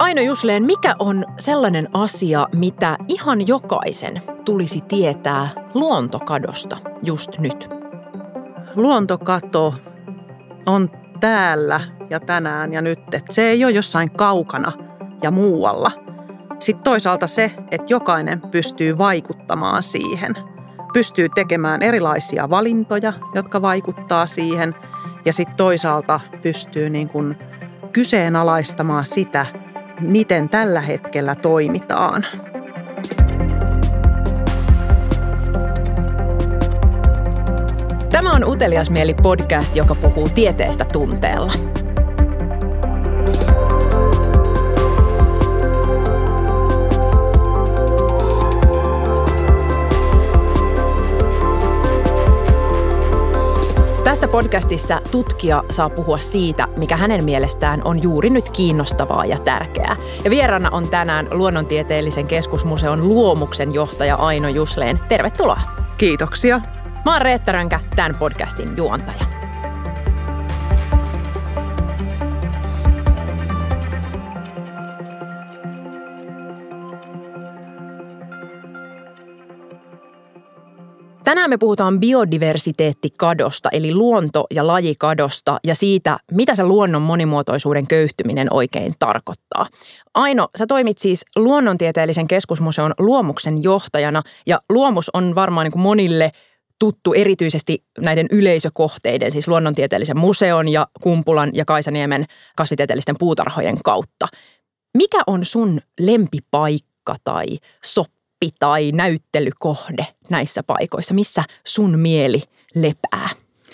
Aino Jusleen, mikä on sellainen asia, mitä ihan jokaisen tulisi tietää luontokadosta just nyt? Luontokato on täällä ja tänään ja nyt. Että se ei ole jossain kaukana ja muualla. Sitten toisaalta se, että jokainen pystyy vaikuttamaan siihen. Pystyy tekemään erilaisia valintoja, jotka vaikuttaa siihen. Ja sitten toisaalta pystyy niin kuin kyseenalaistamaan sitä, miten tällä hetkellä toimitaan. Tämä on Utelias mieli podcast, joka puhuu tieteestä tunteella. Tässä podcastissa tutkija saa puhua siitä, mikä hänen mielestään on juuri nyt kiinnostavaa ja tärkeää. Ja vieraana on tänään Luonnontieteellisen keskusmuseon luomuksen johtaja Aino Jusleen. Tervetuloa. Kiitoksia. Mä oon Reetta Rönkä, tämän podcastin juontaja. Tänään me puhutaan biodiversiteettikadosta, eli luonto- ja lajikadosta ja siitä, mitä se luonnon monimuotoisuuden köyhtyminen oikein tarkoittaa. Aino, sä toimit siis Luonnontieteellisen keskusmuseon luomuksen johtajana ja luomus on varmaan niin kuin monille tuttu erityisesti näiden yleisökohteiden, siis Luonnontieteellisen museon ja Kumpulan ja Kaisaniemen kasvitieteellisten puutarhojen kautta. Mikä on sun lempipaikka tai soppi tai näyttelykohde näissä paikoissa? Missä sun mieli lepää?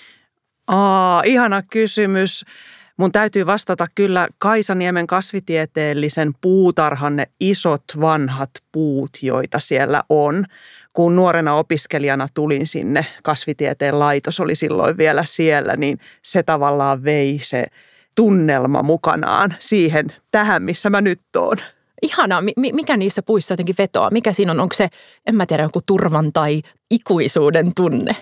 Ihana kysymys. Mun täytyy vastata kyllä Kaisaniemen kasvitieteellisen puutarhan ne isot vanhat puut, joita siellä on. Kun nuorena opiskelijana tulin sinne, kasvitieteen laitos oli silloin vielä siellä, niin se tavallaan vei se tunnelma mukanaan tähän, missä mä nyt oon. Ihanaa. Mikä niissä puissa jotenkin vetoaa? Mikä siinä on? Onko se, en mä tiedä, joku turvan tai ikuisuuden tunne?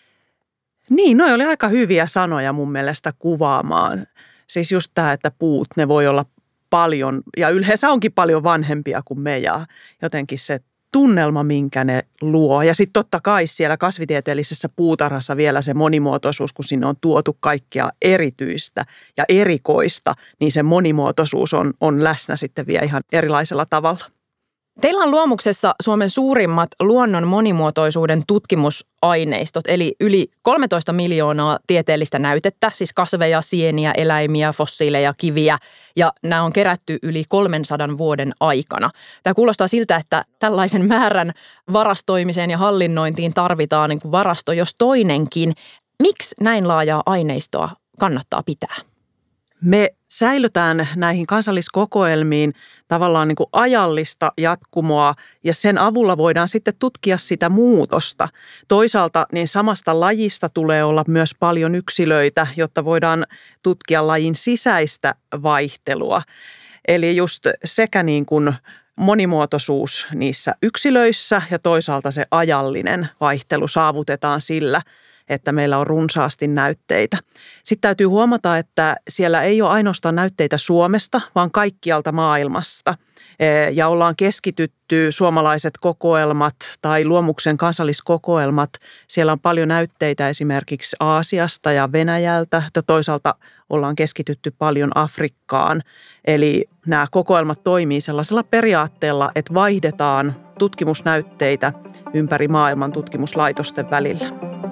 Niin, noi oli aika hyviä sanoja mun mielestä kuvaamaan. Siis just tämä, että puut, ne voi olla paljon ja yleensä onkin paljon vanhempia kuin me ja jotenkin se tunnelma, minkä ne luo. Ja sitten totta kai siellä kasvitieteellisessä puutarhassa vielä se monimuotoisuus, kun sinne on tuotu kaikkea erityistä ja erikoista, niin se monimuotoisuus on läsnä sitten vielä ihan erilaisella tavalla. Teillä on luomuksessa Suomen suurimmat luonnon monimuotoisuuden tutkimusaineistot, eli yli 13 miljoonaa tieteellistä näytettä, siis kasveja, sieniä, eläimiä, fossiileja, kiviä, ja nämä on kerätty yli 300 vuoden aikana. Tämä kuulostaa siltä, että tällaisen määrän varastoimiseen ja hallinnointiin tarvitaan niin kuin varasto, jos toinenkin. Miksi näin laajaa aineistoa kannattaa pitää? Me säilytään näihin kansalliskokoelmiin tavallaan niin kuin ajallista jatkumoa ja sen avulla voidaan sitten tutkia sitä muutosta. Toisaalta niin samasta lajista tulee olla myös paljon yksilöitä, jotta voidaan tutkia lajin sisäistä vaihtelua. Eli just sekä niin kuin monimuotoisuus niissä yksilöissä ja toisaalta se ajallinen vaihtelu saavutetaan sillä, että meillä on runsaasti näytteitä. Sitten täytyy huomata, että siellä ei ole ainoastaan näytteitä Suomesta, vaan kaikkialta maailmasta. Ja ollaan keskitytty suomalaiset kokoelmat tai luomuksen kansalliskokoelmat. Siellä on paljon näytteitä esimerkiksi Aasiasta ja Venäjältä. Toisaalta ollaan keskitytty paljon Afrikkaan. Eli nämä kokoelmat toimii sellaisella periaatteella, että vaihdetaan tutkimusnäytteitä ympäri maailman tutkimuslaitosten välillä.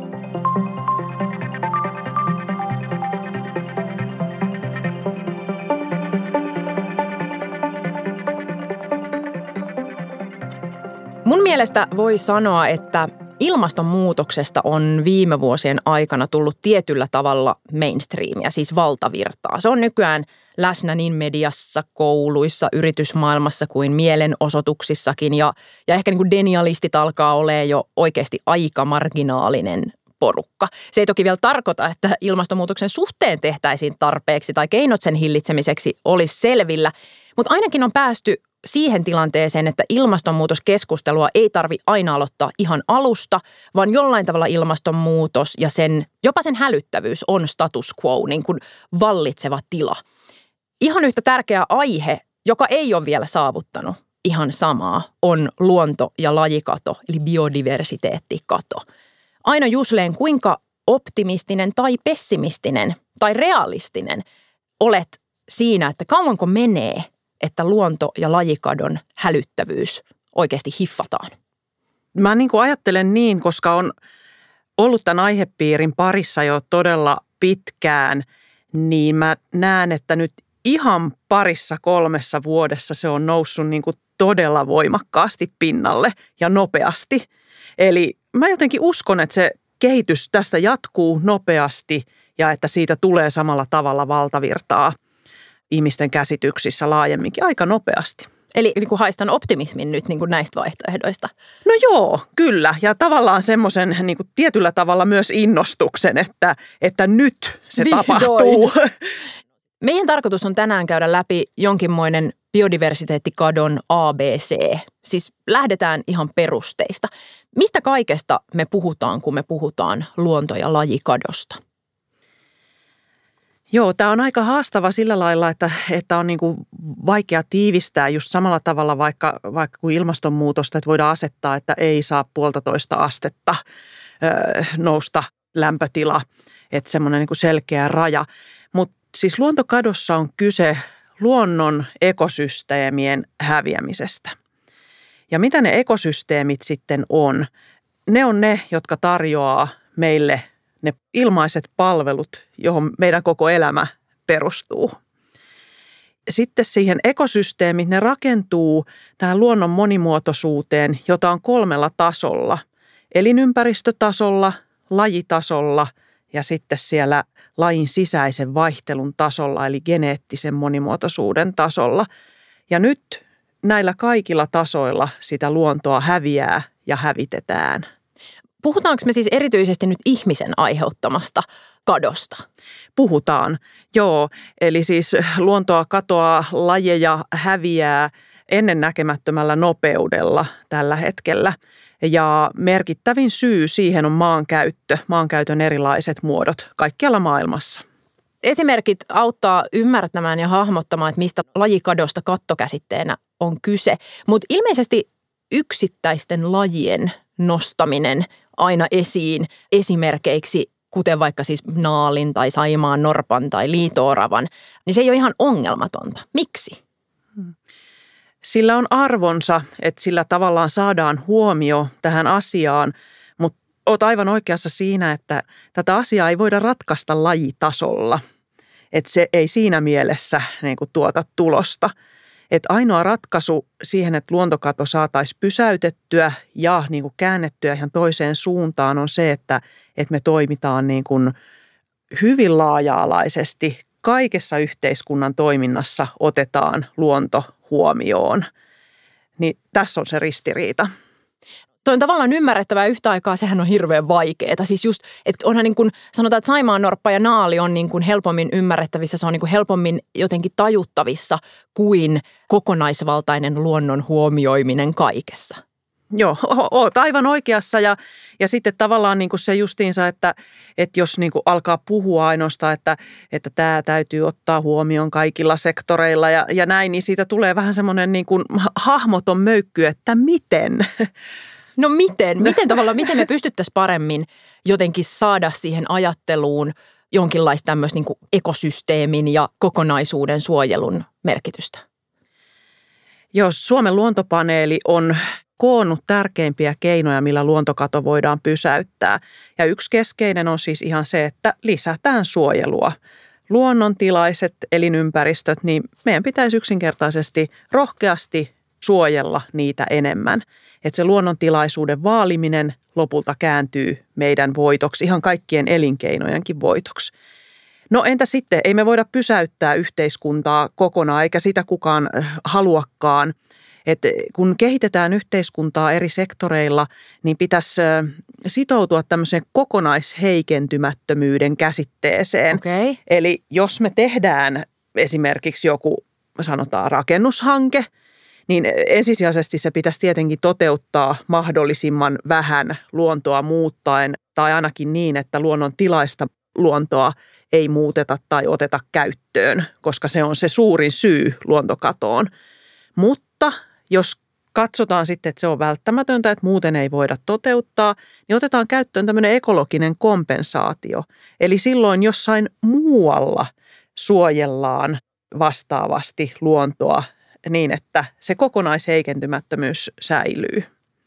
Mun mielestä voi sanoa, että ilmastonmuutoksesta on viime vuosien aikana tullut tietyllä tavalla mainstreamia, siis valtavirtaa. Se on nykyään läsnä niin mediassa, kouluissa, yritysmaailmassa kuin mielenosoituksissakin ja ehkä niin kuin denialistit alkaa olemaan jo oikeasti aika marginaalinen porukka. Se ei toki vielä tarkoita, että ilmastonmuutoksen suhteen tehtäisiin tarpeeksi tai keinot sen hillitsemiseksi olisi selvillä, mutta ainakin on päästy siihen tilanteeseen, että ilmastonmuutoskeskustelua ei tarvitse aina aloittaa ihan alusta, vaan jollain tavalla ilmastonmuutos ja jopa sen hälyttävyys on status quo, niin kuin vallitseva tila. Ihan yhtä tärkeä aihe, joka ei ole vielä saavuttanut ihan samaa, on luonto- ja lajikato, eli biodiversiteettikato. Aino Jusleen, kuinka optimistinen tai pessimistinen tai realistinen olet siinä, että kauanko menee, että luonto- ja lajikadon hälyttävyys oikeasti hiffataan? Mä niin kuin ajattelen niin, koska on ollut tämän aihepiirin parissa jo todella pitkään, niin mä näen, että nyt ihan 2-3 vuodessa se on noussut niin kuin todella voimakkaasti pinnalle ja nopeasti. Eli mä jotenkin uskon, että se kehitys tästä jatkuu nopeasti ja että siitä tulee samalla tavalla valtavirtaa ihmisten käsityksissä laajemminkin aika nopeasti. Eli niin kuin haistan optimismin nyt niin kuin näistä vaihtoehdoista. No joo, kyllä. Ja tavallaan semmoisen niin kuin tietyllä tavalla myös innostuksen, että nyt se Vihdoin tapahtuu. Meidän tarkoitus on tänään käydä läpi jonkinmoinen biodiversiteettikadon ABC. Siis lähdetään ihan perusteista. Mistä kaikesta me puhutaan, kun me puhutaan luonto- ja lajikadosta? Joo, tämä on aika haastava sillä lailla, että on niin kuin vaikea tiivistää just samalla tavalla vaikka kuin ilmastonmuutosta, että voidaan asettaa, että ei saa 1,5 astetta nousta lämpötila, että semmoinen niin kuin selkeä raja. Mutta siis luontokadossa on kyse luonnon ekosysteemien häviämisestä. Ja mitä ne ekosysteemit sitten on? Ne on ne, jotka tarjoaa meille ne ilmaiset palvelut, johon meidän koko elämä perustuu. Sitten siihen ekosysteemit, ne rakentuu tähän luonnon monimuotoisuuteen, jota on 3 tasolla. Elinympäristötasolla, lajitasolla ja sitten siellä lajin sisäisen vaihtelun tasolla, eli geneettisen monimuotoisuuden tasolla. Ja nyt näillä kaikilla tasoilla sitä luontoa häviää ja hävitetään. Puhutaanko me siis erityisesti nyt ihmisen aiheuttamasta kadosta? Puhutaan, joo. Eli siis luontoa katoaa, lajeja häviää ennennäkemättömällä nopeudella tällä hetkellä. Ja merkittävin syy siihen on maankäytön erilaiset muodot kaikkialla maailmassa. Esimerkit auttaa ymmärtämään ja hahmottamaan, että mistä lajikadosta kattokäsitteenä on kyse. Mutta ilmeisesti yksittäisten lajien nostaminen aina esiin esimerkkeiksi, kuten vaikka siis naalin tai saimaan norpan tai liito-oravan, niin se ei ole ihan ongelmatonta. Miksi? Sillä on arvonsa, että sillä tavallaan saadaan huomio tähän asiaan, mutta olet aivan oikeassa siinä, että tätä asiaa ei voida ratkaista lajitasolla. Että se ei siinä mielessä niin kuin tuota tulosta. Että ainoa ratkaisu siihen, että luontokato saataisiin pysäytettyä ja niin kuin käännettyä ihan toiseen suuntaan on se, että me toimitaan niin kuin hyvin laaja-alaisesti. Kaikessa yhteiskunnan toiminnassa otetaan luonto huomioon. Niin tässä on se ristiriita. Tuo on tavallaan ymmärrettävää yhtä aikaa, sehän on hirveän vaikeaa. Siis just, että onhan niin kuin, sanotaan, että saimaannorppa ja naali on niin kuin helpommin ymmärrettävissä, se on niin kuin helpommin jotenkin tajuttavissa kuin kokonaisvaltainen luonnon huomioiminen kaikessa. Joo, oot aivan oikeassa ja sitten tavallaan niin kuin se justiinsa, että jos niin kuin alkaa puhua ainoastaan, että tämä täytyy ottaa huomioon kaikilla sektoreilla ja näin, niin siitä tulee vähän semmoinen niin kuin hahmoton möykky, että miten? No miten? Miten me pystyttäisiin paremmin jotenkin saada siihen ajatteluun jonkinlaista tämmöistä niin kuin ekosysteemin ja kokonaisuuden suojelun merkitystä? Jos Suomen luontopaneeli on koonnut tärkeimpiä keinoja, millä luontokato voidaan pysäyttää. Ja yksi keskeinen on siis ihan se, että lisätään suojelua. Luonnontilaiset elinympäristöt, niin meidän pitäisi yksinkertaisesti rohkeasti suojella niitä enemmän. Että se luonnontilaisuuden vaaliminen lopulta kääntyy meidän voitoksi, ihan kaikkien elinkeinojenkin voitoksi. No entä sitten, ei me voida pysäyttää yhteiskuntaa kokonaan, eikä sitä kukaan haluakaan. Että kun kehitetään yhteiskuntaa eri sektoreilla, niin pitäisi sitoutua tämmöiseen kokonaisheikentymättömyyden käsitteeseen. Okay. Eli jos me tehdään esimerkiksi joku, sanotaan rakennushanke, niin ensisijaisesti se pitäisi tietenkin toteuttaa mahdollisimman vähän luontoa muuttaen tai ainakin niin, että luonnon tilaista luontoa ei muuteta tai oteta käyttöön, koska se on se suurin syy luontokatoon. Mutta jos katsotaan sitten, että se on välttämätöntä, että muuten ei voida toteuttaa, niin otetaan käyttöön tämmöinen ekologinen kompensaatio. Eli silloin jossain muualla suojellaan vastaavasti luontoa niin, että se kokonaisheikentymättömyys säilyy.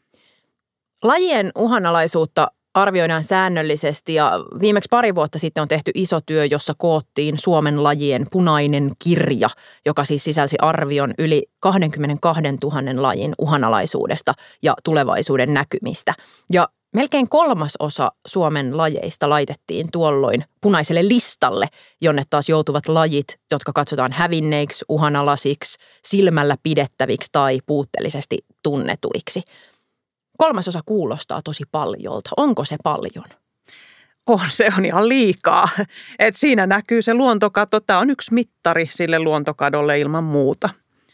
Lajien uhanalaisuutta arvioidaan säännöllisesti ja viimeksi 2 vuotta sitten on tehty iso työ, jossa koottiin Suomen lajien punainen kirja, joka siis sisälsi arvion yli 22 000 lajin uhanalaisuudesta ja tulevaisuuden näkymistä. Ja melkein 1/3 Suomen lajeista laitettiin tuolloin punaiselle listalle, jonne taas joutuvat lajit, jotka katsotaan hävinneiksi, uhanalaisiksi, silmällä pidettäviksi tai puutteellisesti tunnetuiksi. 1/3 kuulostaa tosi paljolta. Onko se paljon? Se on ihan liikaa. Et siinä näkyy se luontokato. Tämä on yksi mittari sille luontokadolle ilman muuta.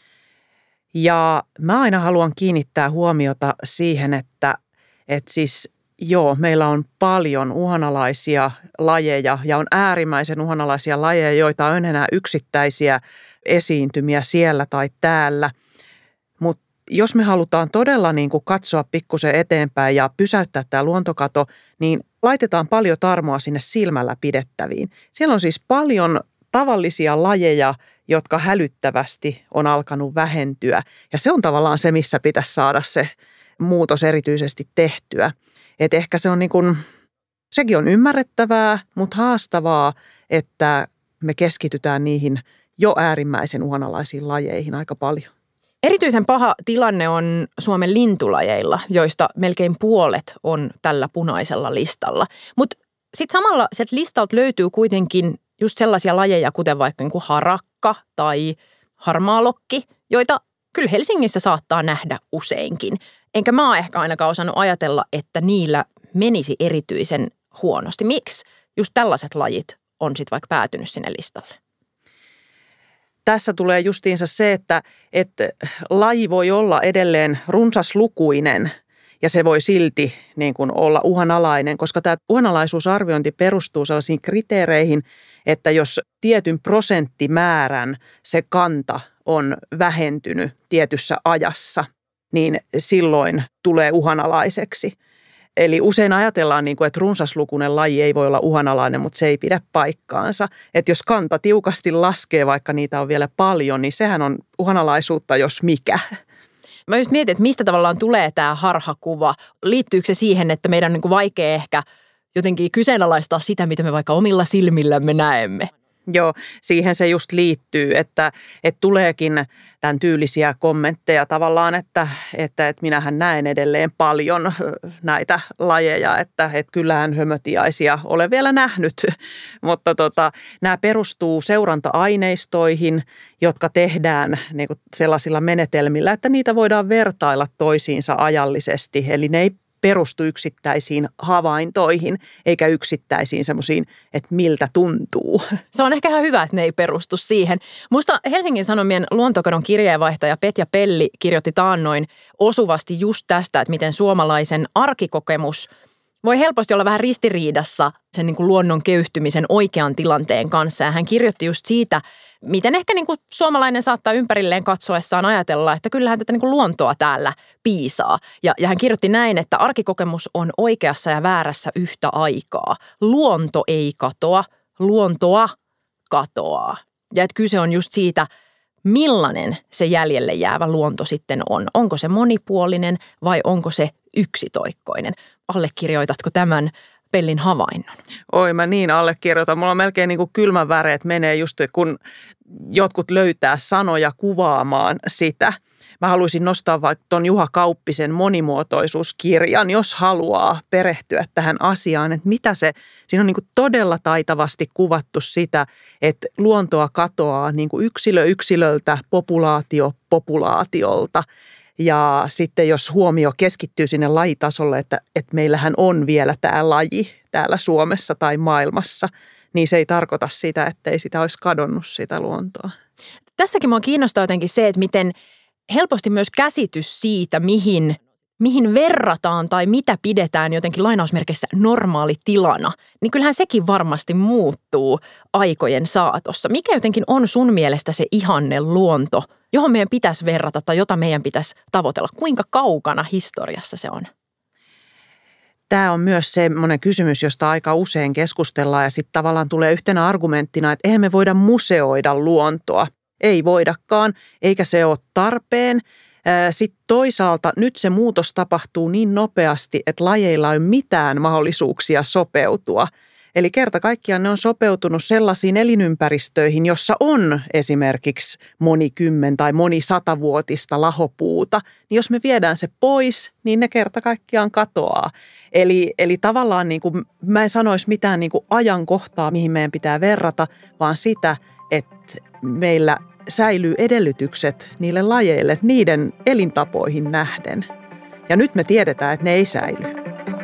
Ja mä aina haluan kiinnittää huomiota siihen, että siis meillä on paljon uhanalaisia lajeja ja on äärimmäisen uhanalaisia lajeja, joita on enää yksittäisiä esiintymiä siellä tai täällä. Mutta jos me halutaan todella niin kuin katsoa pikkusen eteenpäin ja pysäyttää tämä luontokato, niin laitetaan paljon tarmoa sinne silmällä pidettäviin. Siellä on siis paljon tavallisia lajeja, jotka hälyttävästi on alkanut vähentyä. Ja se on tavallaan se, missä pitäisi saada se muutos erityisesti tehtyä. Et ehkä se on niin kuin, sekin on ymmärrettävää, mutta haastavaa, että me keskitytään niihin jo äärimmäisen uhanalaisiin lajeihin aika paljon. Erityisen paha tilanne on Suomen lintulajeilla, joista melkein puolet on tällä punaisella listalla. Mutta sitten samalla sieltä listalta löytyy kuitenkin just sellaisia lajeja, kuten vaikka niin kuin harakka tai harmaalokki, joita kyllä Helsingissä saattaa nähdä useinkin. Enkä mä ehkä ainakaan osannut ajatella, että niillä menisi erityisen huonosti. Miksi just tällaiset lajit on sitten vaikka päätynyt sinne listalle? Tässä tulee justiinsa se, että laji voi olla edelleen runsaslukuinen ja se voi silti niin kuin olla uhanalainen, koska tämä uhanalaisuusarviointi perustuu sellaisiin kriteereihin, että jos tietyn prosenttimäärän se kanta on vähentynyt tietyssä ajassa, niin silloin tulee uhanalaiseksi. Eli usein ajatellaan, että runsaslukuinen laji ei voi olla uhanalainen, mutta se ei pidä paikkaansa. Että jos kanta tiukasti laskee, vaikka niitä on vielä paljon, niin sehän on uhanalaisuutta, jos mikä. Mä just mietin, että mistä tavallaan tulee tämä harhakuva. Liittyykö se siihen, että meidän on niin kuin vaikea ehkä jotenkin kyseenalaistaa sitä, mitä me vaikka omilla silmillämme näemme? Joo, siihen se just liittyy, että tuleekin tämän tyylisiä kommentteja tavallaan, että minähän näen edelleen paljon näitä lajeja, että kyllähän hömötiaisia olen vielä nähnyt, mutta nämä perustuu seuranta-aineistoihin, jotka tehdään niin kuin sellaisilla menetelmillä, että niitä voidaan vertailla toisiinsa ajallisesti, eli ne ei perustu yksittäisiin havaintoihin, eikä yksittäisiin semmoisiin, että miltä tuntuu. Se on ehkä ihan hyvä, että ne ei perustu siihen. Musta Helsingin Sanomien luontokadon kirjeenvaihtaja Petja Pelli kirjoitti taannoin osuvasti just tästä, että miten suomalaisen arkikokemus voi helposti olla vähän ristiriidassa sen niin kuin luonnon köyhtymisen oikean tilanteen kanssa. Ja hän kirjoitti just siitä, miten ehkä niin kuin suomalainen saattaa ympärilleen katsoessaan ajatella, että kyllähän tätä niin kuin luontoa täällä piisaa. Ja hän kirjoitti näin, että arkikokemus on oikeassa ja väärässä yhtä aikaa. Luonto ei katoa, luontoa katoaa. Ja että kyse on just siitä, millainen se jäljelle jäävä luonto sitten on. Onko se monipuolinen vai onko se yksitoikkoinen? Allekirjoitatko tämän Pellin havainnon? Oi, mä niin allekirjoitan. Mulla on melkein niin kuin kylmän väreet menee just kun jotkut löytää sanoja kuvaamaan sitä. Mä haluaisin nostaa vaikka ton Juha Kauppisen monimuotoisuuskirjan, jos haluaa perehtyä tähän asiaan, että mitä se, siinä on niin kuin todella taitavasti kuvattu sitä, että luontoa katoaa niin kuin yksilö yksilöltä, populaatio populaatiolta. Ja sitten jos huomio keskittyy sinne lajitasolle, että meillähän on vielä tämä laji täällä Suomessa tai maailmassa, niin se ei tarkoita sitä, ettei sitä olisi kadonnut sitä luontoa. Tässäkin minua kiinnostaa jotenkin se, että miten helposti myös käsitys siitä, mihin mihin verrataan tai mitä pidetään jotenkin lainausmerkeissä normaalitilana, niin kyllähän sekin varmasti muuttuu aikojen saatossa. Mikä jotenkin on sun mielestä se ihanne luonto, johon meidän pitäisi verrata tai jota meidän pitäisi tavoitella? Kuinka kaukana historiassa se on? Tämä on myös semmoinen kysymys, josta aika usein keskustellaan ja sitten tavallaan tulee yhtenä argumenttina, että eihän me voida museoida luontoa. Ei voidakaan, eikä se ole tarpeen. Sitten toisaalta nyt se muutos tapahtuu niin nopeasti, että lajeilla ei ole mitään mahdollisuuksia sopeutua. Eli kerta kaikkiaan ne on sopeutunut sellaisiin elinympäristöihin, jossa on esimerkiksi monikymmen- tai monisatavuotista lahopuuta. Niin jos me viedään se pois, niin ne kerta kaikkiaan katoaa. Eli tavallaan niin kuin, mä en sanoisi mitään niin kuin ajankohtaa, mihin meidän pitää verrata, vaan sitä, että meillä säilyy edellytykset niille lajeille, niiden elintapoihin nähden. Ja nyt me tiedetään, että ne ei säily.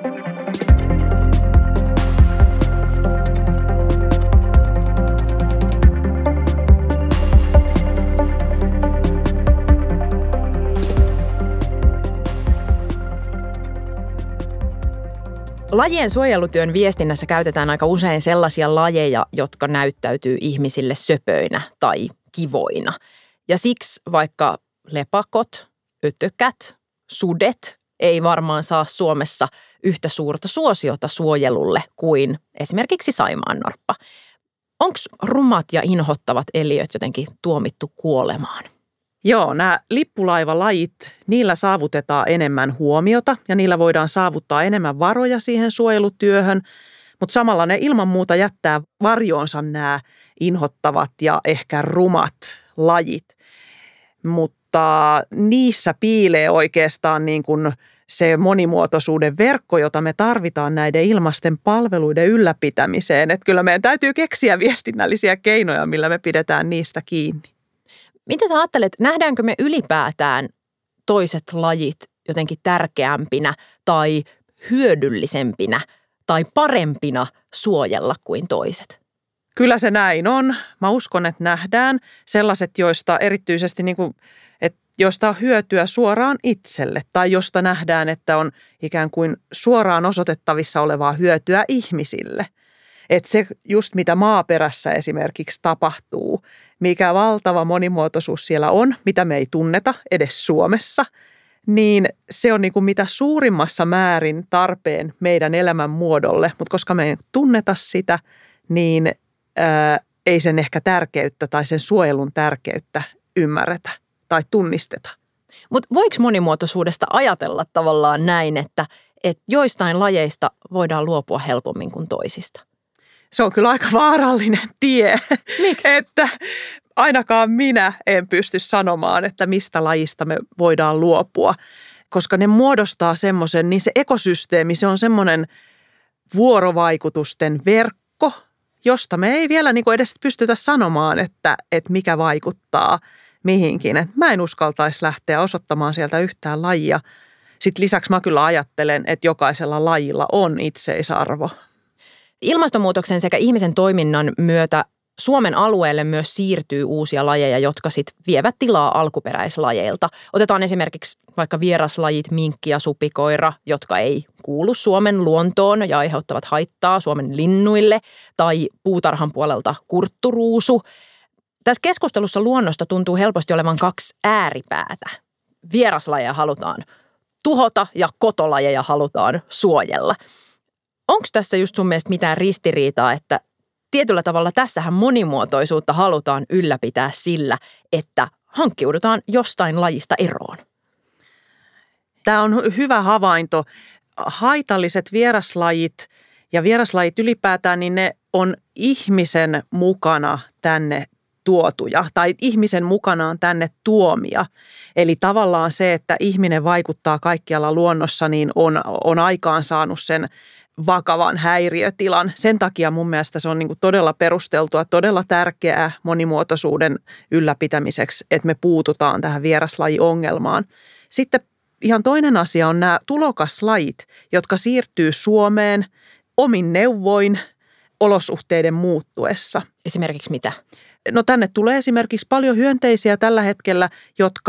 Lajien suojelutyön viestinnässä käytetään aika usein sellaisia lajeja, jotka näyttäytyy ihmisille söpöinä tai kivoina. Ja siksi vaikka lepakot, ötökät, sudet ei varmaan saa Suomessa yhtä suurta suosiota suojelulle kuin esimerkiksi saimaannorppa. Onko rumat ja inhottavat eliöt jotenkin tuomittu kuolemaan? Joo, nämä lippulaivalajit, niillä saavutetaan enemmän huomiota ja niillä voidaan saavuttaa enemmän varoja siihen suojelutyöhön, mutta samalla ne ilman muuta jättää varjoonsa nämä inhottavat ja ehkä rumat lajit. Mutta niissä piilee oikeastaan niin kuin se monimuotoisuuden verkko, jota me tarvitaan näiden ilmaisten palveluiden ylläpitämiseen. Että kyllä meidän täytyy keksiä viestinnällisiä keinoja, millä me pidetään niistä kiinni. Mitä sä ajattelet, nähdäänkö me ylipäätään toiset lajit jotenkin tärkeämpinä tai hyödyllisempinä tai parempina suojella kuin toiset? Kyllä se näin on. Mä uskon, että nähdään sellaiset, joista erityisesti joista on hyötyä suoraan itselle tai josta nähdään, että on ikään kuin suoraan osoitettavissa olevaa hyötyä ihmisille. Että se just mitä maaperässä esimerkiksi tapahtuu, mikä valtava monimuotoisuus siellä on, mitä me ei tunneta edes Suomessa, niin se on niin kuin mitä suurimmassa määrin tarpeen meidän elämän muodolle. Mutta koska me ei tunneta sitä, niin ei sen ehkä tärkeyttä tai sen suojelun tärkeyttä ymmärretä tai tunnisteta. Mutta voiko monimuotoisuudesta ajatella tavallaan näin, että joistain lajeista voidaan luopua helpommin kuin toisista? Se on kyllä aika vaarallinen tie. Miksi? Että ainakaan minä en pysty sanomaan, että mistä lajista me voidaan luopua, koska ne muodostaa semmoisen, niin se ekosysteemi, se on semmoinen vuorovaikutusten verkko, josta me ei vielä niin kuin edes pystytä sanomaan, että mikä vaikuttaa mihinkin. Et mä en uskaltaisi lähteä osoittamaan sieltä yhtään lajia. Sitten lisäksi mä kyllä ajattelen, että jokaisella lajilla on itseisarvo. Ilmastonmuutoksen sekä ihmisen toiminnan myötä Suomen alueelle myös siirtyy uusia lajeja, jotka sitten vievät tilaa alkuperäislajeilta. Otetaan esimerkiksi vaikka vieraslajit minkki ja supikoira, jotka ei kuulu Suomen luontoon ja aiheuttavat haittaa Suomen linnuille, tai puutarhan puolelta kurtturuusu. Tässä keskustelussa luonnosta tuntuu helposti olevan kaksi ääripäätä. Vieraslajeja halutaan tuhota ja kotolajeja halutaan suojella. Onko tässä just sun mielestä mitään ristiriitaa, että tietyllä tavalla tässähän monimuotoisuutta halutaan ylläpitää sillä, että hankkiudutaan jostain lajista eroon? Tämä on hyvä havainto. Haitalliset vieraslajit ja vieraslajit ylipäätään, niin ne on ihmisen mukana tänne tuotuja tai ihmisen mukanaan tänne tuomia. Eli tavallaan se, että ihminen vaikuttaa kaikkialla luonnossa, niin on aikaan saanut sen vakavan häiriötilan. Sen takia mun mielestä se on niin kuin todella perusteltua, todella tärkeää monimuotoisuuden ylläpitämiseksi, että me puututaan tähän vieraslajiongelmaan. Sitten ihan toinen asia on nämä tulokaslajit, jotka siirtyy Suomeen omin neuvoin olosuhteiden muuttuessa. Esimerkiksi mitä? No tänne tulee esimerkiksi paljon hyönteisiä tällä hetkellä,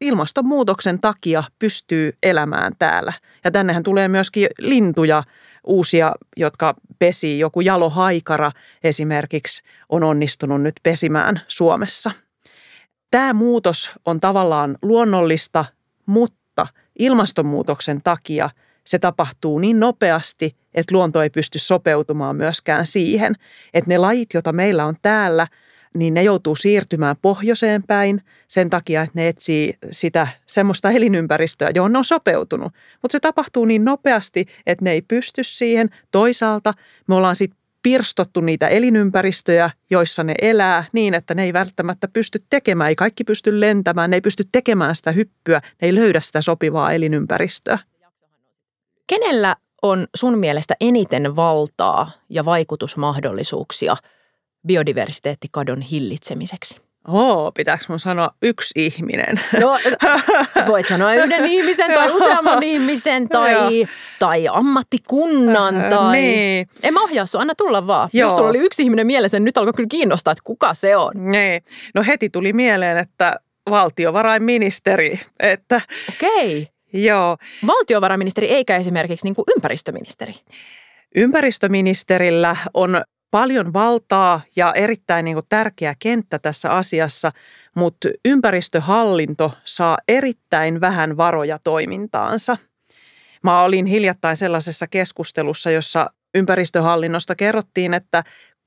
ilmastonmuutoksen takia pystyy elämään täällä. Ja tännehän tulee myöskin lintuja uusia, jotka pesii. Joku jalohaikara esimerkiksi on onnistunut nyt pesimään Suomessa. Tämä muutos on tavallaan luonnollista, mutta ilmastonmuutoksen takia se tapahtuu niin nopeasti, että luonto ei pysty sopeutumaan myöskään siihen, että ne lajit, joita meillä on täällä, niin ne joutuu siirtymään pohjoiseen päin sen takia, että ne etsii sitä semmoista elinympäristöä, johon ne on sopeutunut. Mutta se tapahtuu niin nopeasti, että ne ei pysty siihen. Toisaalta me ollaan sitten pirstottu niitä elinympäristöjä, joissa ne elää niin, että ne ei välttämättä pysty tekemään, ei kaikki pysty lentämään, ne ei pysty tekemään sitä hyppyä, ne ei löydä sitä sopivaa elinympäristöä. Kenellä on sun mielestä eniten valtaa ja vaikutusmahdollisuuksia biodiversiteettikadon hillitsemiseksi? Pitääkö mun sanoa yksi ihminen? No, voit sanoa yhden ihmisen tai useamman ihmisen tai ammattikunnan. Niin. En mä ohjaa sua, anna tulla vaan. Joo. Jos sulla oli yksi ihminen mielessä, niin nyt alkoi kyllä kiinnostaa, että kuka se on. Niin. No heti tuli mieleen, että valtiovarainministeri. Okei. Joo. Valtiovarainministeri eikä esimerkiksi niin kuin ympäristöministeri. Ympäristöministerillä on paljon valtaa ja erittäin tärkeä kenttä tässä asiassa, mutta ympäristöhallinto saa erittäin vähän varoja toimintaansa. Mä olin hiljattain sellaisessa keskustelussa, jossa ympäristöhallinnosta kerrottiin, että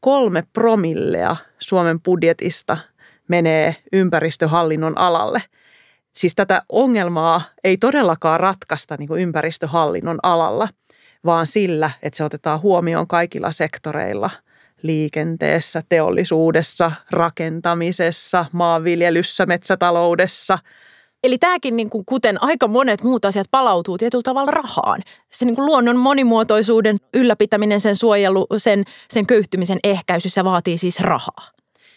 3% Suomen budjetista menee ympäristöhallinnon alalle. Siis tätä ongelmaa ei todellakaan ratkaista ympäristöhallinnon alalla, vaan sillä, että se otetaan huomioon kaikilla sektoreilla. Liikenteessä, teollisuudessa, rakentamisessa, maanviljelyssä, metsätaloudessa. Eli tämäkin, niin kuin, kuten aika monet muut asiat, palautuu tietyllä tavalla rahaan. Se niin kuin luonnon monimuotoisuuden ylläpitäminen, sen suojelu, sen köyhtymisen ehkäisy, se vaatii siis rahaa.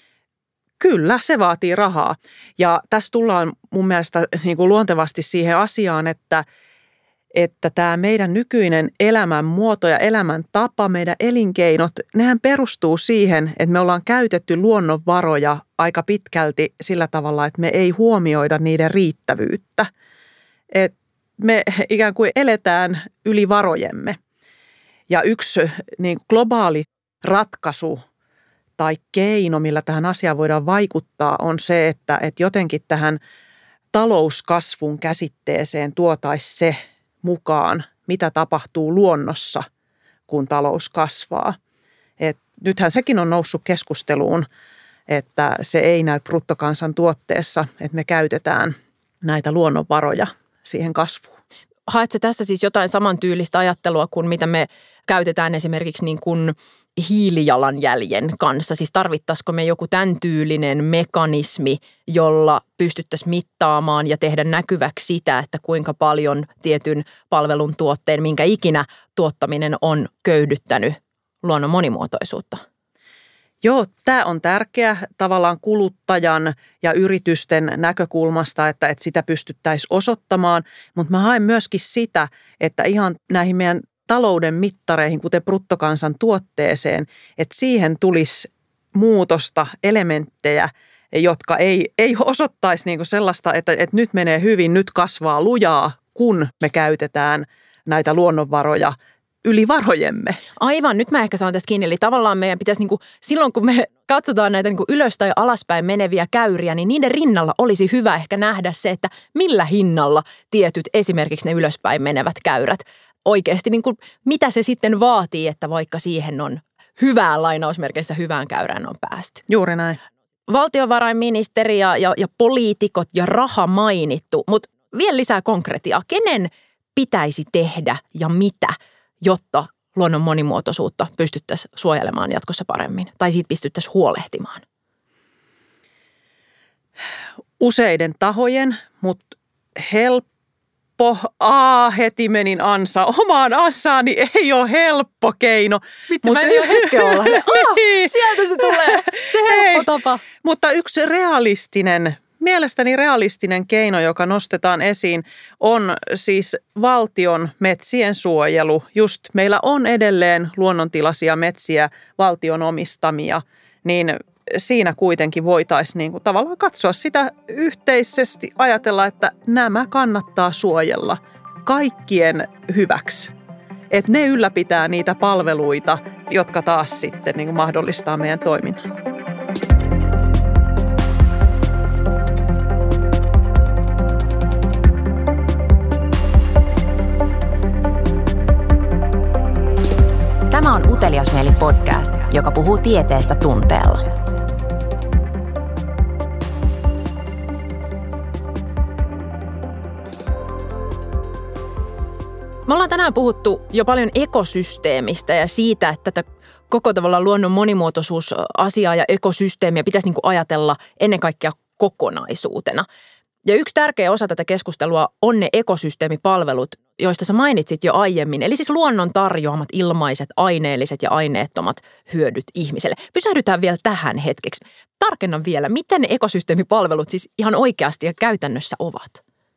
Kyllä, se vaatii rahaa. Ja tässä tullaan mun mielestä niin kuin luontevasti siihen asiaan, että tämä meidän nykyinen elämänmuoto ja elämäntapa, meidän elinkeinot, nehän perustuu siihen, että me ollaan käytetty luonnonvaroja aika pitkälti sillä tavalla, että me ei huomioida niiden riittävyyttä. Et me ikään kuin eletään yli varojemme. Ja yksi niin globaali ratkaisu tai keino, millä tähän asiaan voidaan vaikuttaa, on se, että jotenkin tähän talouskasvun käsitteeseen tuotaisiin se mukaan, mitä tapahtuu luonnossa, kun talous kasvaa. Nythän sekin on noussut keskusteluun, että se ei näy bruttokansantuotteessa, että me käytetään näitä luonnonvaroja siihen kasvuun. Haetko tässä siis jotain samantyylistä ajattelua kuin mitä me käytetään esimerkiksi niin kuin hiilijalanjäljen kanssa? Siis tarvittaisiko me joku tämän tyylinen mekanismi, jolla pystyttäisiin mittaamaan ja tehdä näkyväksi sitä, että kuinka paljon tietyn palvelun tuotteen, minkä ikinä tuottaminen on köyhdyttänyt luonnon monimuotoisuutta? Joo, tämä on tärkeä tavallaan kuluttajan ja yritysten näkökulmasta, että sitä pystyttäisiin osoittamaan, mutta mä haen myöskin sitä, että ihan näihin meidän talouden mittareihin, kuten bruttokansantuotteeseen, että siihen tulisi muutosta, elementtejä, jotka ei osoittaisi niinku sellaista, että nyt menee hyvin, nyt kasvaa lujaa, kun me käytetään näitä luonnonvaroja yli varojemme. Aivan, nyt mä ehkä saan tästä kiinni. Eli tavallaan meidän pitäisi, silloin kun me katsotaan näitä ylös tai alaspäin meneviä käyriä, niin niiden rinnalla olisi hyvä ehkä nähdä se, että millä hinnalla tietyt esimerkiksi ne ylöspäin menevät käyrät oikeasti, mitä se sitten vaatii, että vaikka siihen on hyvään lainausmerkeissä hyvään käyrään on päästy. Juuri näin. Valtiovarainministeri ja poliitikot ja raha mainittu, mutta vielä lisää konkretiaa. Kenen pitäisi tehdä ja mitä, jotta luonnon monimuotoisuutta pystyttäisiin suojelemaan jatkossa paremmin tai siitä pystyttäisiin huolehtimaan? Useiden tahojen, mutta helppo. Heti menin omaan ansaani ei ole helppo keino. Vitsi, mä en ole hetken olla. Sieltä se tulee, se helppo tapa. Mutta yksi mielestäni realistinen keino, joka nostetaan esiin, on siis valtion metsien suojelu. Just meillä on edelleen luonnontilaisia metsiä, valtion omistamia, niin siinä kuitenkin voitaisiin niin kuin tavallaan katsoa sitä yhteisesti, ajatella, että nämä kannattaa suojella kaikkien hyväksi. Että ne ylläpitää niitä palveluita, jotka taas sitten niin kuin mahdollistaa meidän toiminnan. Tämä on Utelias mieli podcast, joka puhuu tieteestä tunteella. Me ollaan tänään puhuttu jo paljon ekosysteemistä ja siitä, että tätä koko tavalla luonnon monimuotoisuusasiaa ja ekosysteemiä pitäisi niin kuin ajatella ennen kaikkea kokonaisuutena. Ja yksi tärkeä osa tätä keskustelua on ne ekosysteemipalvelut, joista sä mainitsit jo aiemmin. Eli siis luonnon tarjoamat ilmaiset, aineelliset ja aineettomat hyödyt ihmiselle. Pysähdytään vielä tähän hetkeksi. Tarkennan vielä, miten ne ekosysteemipalvelut siis ihan oikeasti ja käytännössä ovat?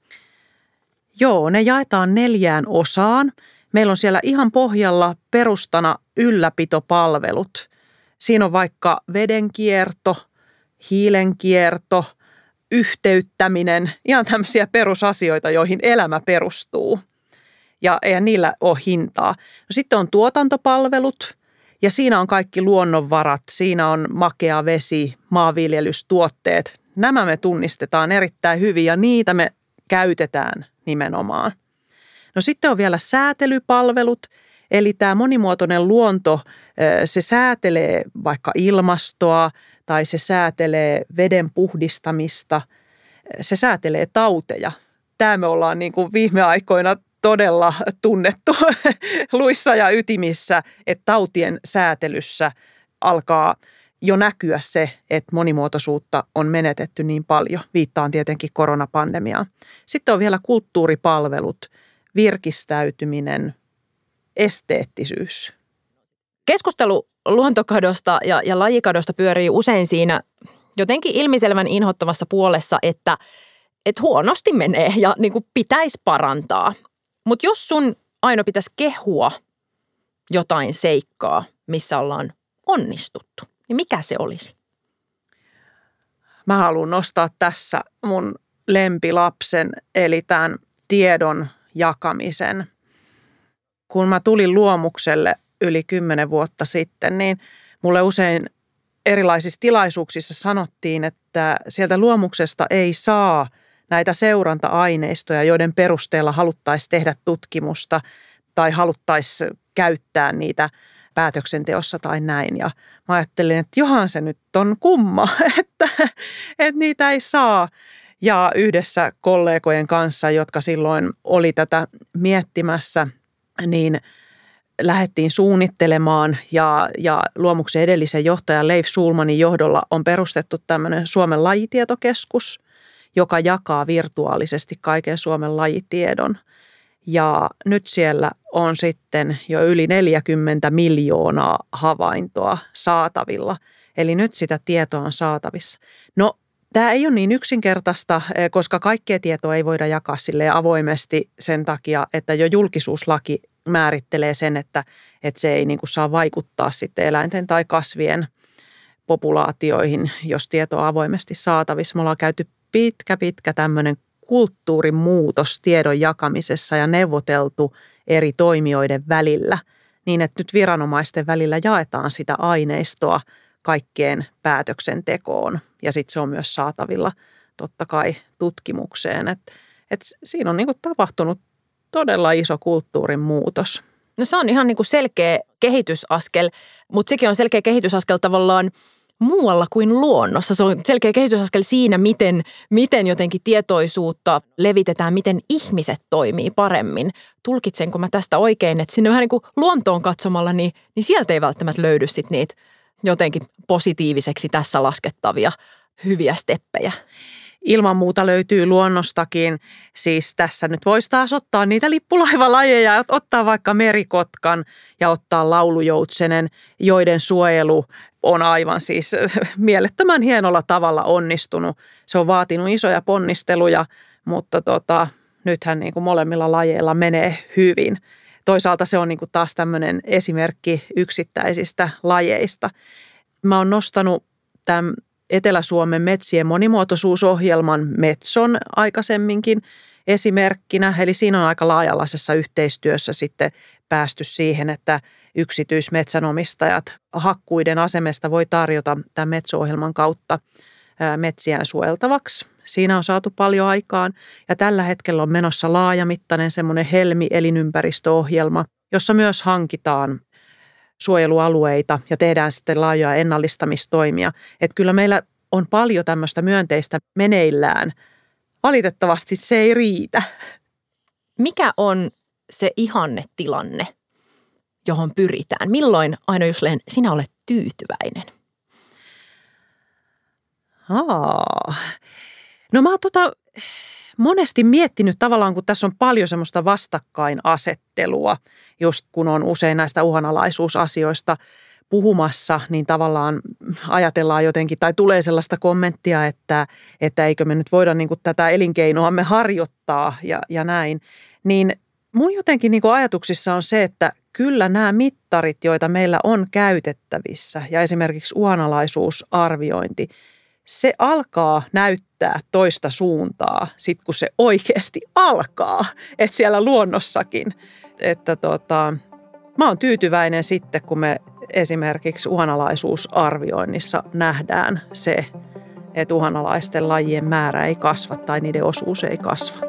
Joo, ne jaetaan 4 osaan. Meillä on siellä ihan pohjalla perustana ylläpitopalvelut. Siinä on vaikka vedenkierto, hiilenkierto, yhteyttäminen, ihan tämmöisiä perusasioita, joihin elämä perustuu. Ja eihän niillä ole hintaa. No sitten on tuotantopalvelut ja siinä on kaikki luonnonvarat. Siinä on makea vesi, maanviljelystuotteet. Nämä me tunnistetaan erittäin hyvin ja niitä me käytetään nimenomaan. No sitten on vielä säätelypalvelut, eli tämä monimuotoinen luonto, se säätelee vaikka ilmastoa tai se säätelee veden puhdistamista, se säätelee tauteja. Tämä me ollaan niin kuin viime aikoina todella tunnettu luissa ja ytimissä, että tautien säätelyssä alkaa jo näkyä se, että monimuotoisuutta on menetetty niin paljon. Viittaan tietenkin koronapandemiaan. Sitten on vielä kulttuuripalvelut, virkistäytyminen, esteettisyys. Keskustelu luontokadosta ja lajikadosta pyörii usein siinä jotenkin ilmiselvän inhottavassa puolessa, että huonosti menee ja niin kuin pitäisi parantaa. Mutta jos sun Aino pitäisi kehua jotain seikkaa, missä ollaan onnistuttu, niin mikä se olisi? Mä haluan nostaa tässä mun lempilapsen, eli tämän tiedon jakamisen. Kun mä tulin Luomukselle yli 10 vuotta sitten, niin mulle usein erilaisissa tilaisuuksissa sanottiin, että sieltä Luomuksesta ei saa näitä seuranta-aineistoja, joiden perusteella haluttaisiin tehdä tutkimusta tai haluttaisiin käyttää niitä päätöksenteossa tai näin. Ja mä ajattelin, että johan se nyt on kumma, että niitä ei saa. Ja yhdessä kollegojen kanssa, jotka silloin oli tätä miettimässä, niin lähdettiin suunnittelemaan ja Luomuksen edellisen johtajan Leif Schulmanin johdolla on perustettu tämmöinen Suomen lajitietokeskus, joka jakaa virtuaalisesti kaiken Suomen lajitiedon. Ja nyt siellä on sitten jo yli 40 miljoonaa havaintoa saatavilla. Eli nyt sitä tietoa on saatavissa. No, tämä ei ole niin yksinkertaista, koska kaikkea tietoa ei voida jakaa silleen avoimesti sen takia, että jo julkisuuslaki määrittelee sen, että se ei niin kuin saa vaikuttaa sitten eläinten tai kasvien populaatioihin, jos tieto on avoimesti saatavissa. Me ollaan käyty pitkä tämmöinen kulttuurimuutos tiedon jakamisessa ja neuvoteltu eri toimijoiden välillä niin, että nyt viranomaisten välillä jaetaan sitä aineistoa kaikkeen päätöksentekoon ja sitten se on myös saatavilla totta kai tutkimukseen. Et siinä on niinku tapahtunut todella iso kulttuurin muutos. No se on ihan niinku selkeä kehitysaskel, mutta sekin on selkeä kehitysaskel tavallaan muualla kuin luonnossa. Se on selkeä kehitysaskel siinä, miten jotenkin tietoisuutta levitetään, miten ihmiset toimii paremmin. Tulkitsenko mä tästä oikein, että sinne vähän niin kuin luontoon katsomalla, niin sieltä ei välttämättä löydy sit niitä jotenkin positiiviseksi tässä laskettavia hyviä steppejä. Ilman muuta löytyy luonnostakin. Siis tässä nyt voisi taas ottaa niitä lippulaivalajeja, ottaa vaikka merikotkan ja ottaa laulujoutsenen, joiden suojelu on aivan siis mielettömän hienolla tavalla onnistunut. Se on vaatinut isoja ponnisteluja, mutta nythän niin kuin molemmilla lajeilla menee hyvin. Toisaalta se on niin kuin taas tämmöinen esimerkki yksittäisistä lajeista. Mä oon nostanut että Etelä-Suomen metsien monimuotoisuusohjelman Metson aikaisemminkin esimerkkinä. Eli siinä on aika laaja-alaisessa yhteistyössä sitten päästy siihen, että yksityismetsänomistajat hakkuiden asemesta voi tarjota tämän Metso-ohjelman kautta metsiään suojeltavaksi. Siinä on saatu paljon aikaan ja tällä hetkellä on menossa laajamittainen semmoinen Helmi-elinympäristöohjelma, jossa myös hankitaan suojelualueita ja tehdään sitten laajoja ennallistamistoimia. Että kyllä meillä on paljon tämmöistä myönteistä meneillään. Valitettavasti se ei riitä. Mikä on se ihannetilanne, johon pyritään? Milloin, Aino Jusleen, sinä olet tyytyväinen? No mä oon monesti miettinyt tavallaan, kun tässä on paljon semmoista vastakkainasettelua, just kun on usein näistä uhanalaisuusasioista puhumassa, niin tavallaan ajatellaan jotenkin, tai tulee sellaista kommenttia, että eikö me nyt voida niin kuin tätä elinkeinoamme harjoittaa ja näin. Niin mun jotenkin niin kuin ajatuksissa on se, että kyllä nämä mittarit, joita meillä on käytettävissä ja esimerkiksi uhanalaisuusarviointi, se alkaa näyttää toista suuntaa sit kun se oikeasti alkaa, että siellä luonnossakin. Että mä oon tyytyväinen sitten, kun me esimerkiksi uhanalaisuusarvioinnissa nähdään se, että uhanalaisten lajien määrä ei kasva tai niiden osuus ei kasva.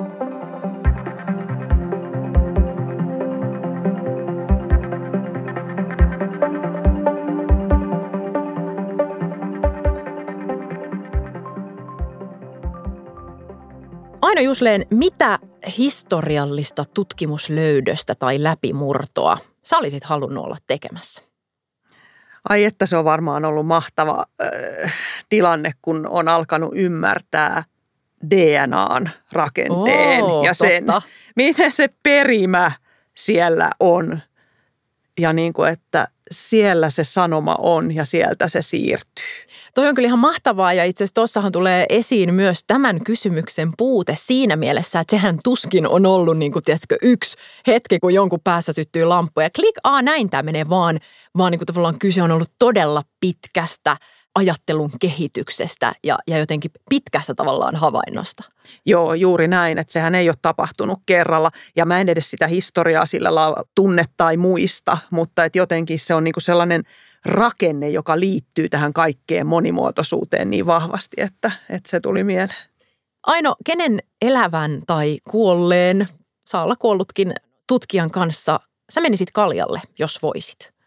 Aino Jusleen, mitä historiallista tutkimuslöydöstä tai läpimurtoa sä olisit halunnut olla tekemässä? Ai että se on varmaan ollut mahtava tilanne, kun on alkanut ymmärtää DNAn rakenteen ja sen, totta. Miten se perimä siellä on. Ja niin kuin, että siellä se sanoma on ja sieltä se siirtyy. Toi on kyllä ihan mahtavaa ja itse asiassa tuossahan tulee esiin myös tämän kysymyksen puute siinä mielessä, että sehän tuskin on ollut niin kuin, tiedätkö, yksi hetki, kun jonkun päässä syttyy lamppu ja klik, näin tämä menee, vaan niin kuin tavallaan kyse on ollut todella pitkästä ajattelun kehityksestä ja jotenkin pitkästä tavallaan havainnosta. Joo, juuri näin, että sehän ei ole tapahtunut kerralla ja mä en edes sitä historiaa sillä lailla tunne tai muista, mutta että jotenkin se on niin kuin sellainen rakenne, joka liittyy tähän kaikkeen monimuotoisuuteen niin vahvasti, että se tuli mieleen. Aino, kenen elävän tai kuolleen, saa olla kuollutkin tutkijan kanssa, sä menisit kaljalle, jos voisit?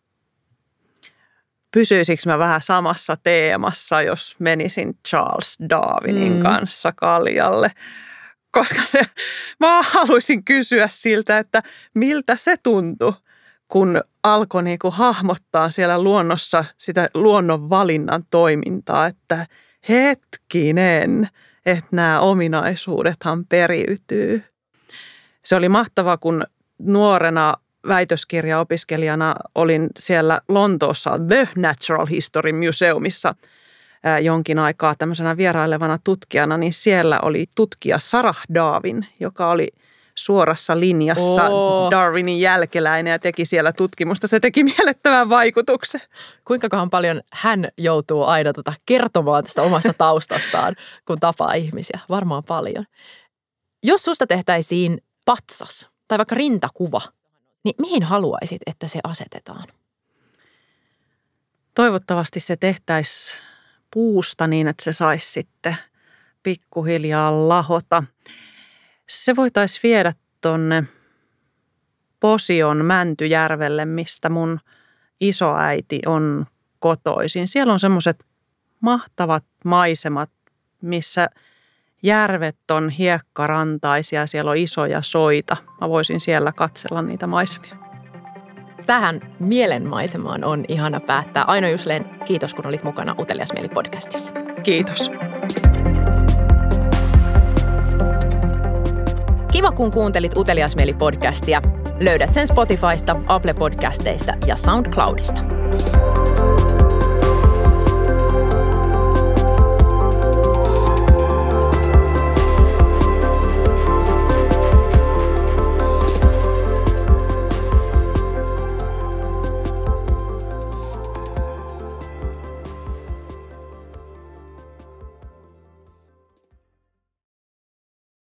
Pysyisikö mä vähän samassa teemassa, jos menisin Charles Darwinin kanssa kaljalle? Koska mä haluaisin kysyä siltä, että miltä se tuntui, kun alkoi niinku hahmottaa siellä luonnossa sitä luonnon valinnan toimintaa, että hetkinen, että nämä ominaisuudethan periytyy. Se oli mahtavaa, kun nuorena väitöskirjaopiskelijana olin siellä Lontoossa The Natural History Museumissa jonkin aikaa tämmöisenä vierailevana tutkijana, niin siellä oli tutkija Sarah Darwin, joka oli suorassa linjassa Darwinin jälkeläinen ja teki siellä tutkimusta. Se teki mielettömän vaikutuksen. Kuinkakohan paljon hän joutuu aina kertomaan tästä omasta taustastaan, kun tapaa ihmisiä? Varmaan paljon. Jos susta tehtäisiin patsas tai vaikka rintakuva, niin mihin haluaisit, että se asetetaan? Toivottavasti se tehtäisiin puusta niin, että se saisi sitten pikkuhiljaa lahota. Se voitaisiin viedä tuonne Posion Mäntyjärvelle, mistä mun isoäiti on kotoisin. Siellä on semmoiset mahtavat maisemat, missä järvet on hiekkarantaisia, siellä on isoja soita. Mä voisin siellä katsella niitä maisemia. Tähän mielenmaisemaan on ihana päättää. Aino Jusleen, kiitos kun olit mukana Utelias Mieli -podcastissa. Kiitos. Kiva kun kuuntelit Utelias Mieli -podcastia. Löydät sen Spotifysta, Apple Podcasteista ja SoundCloudista.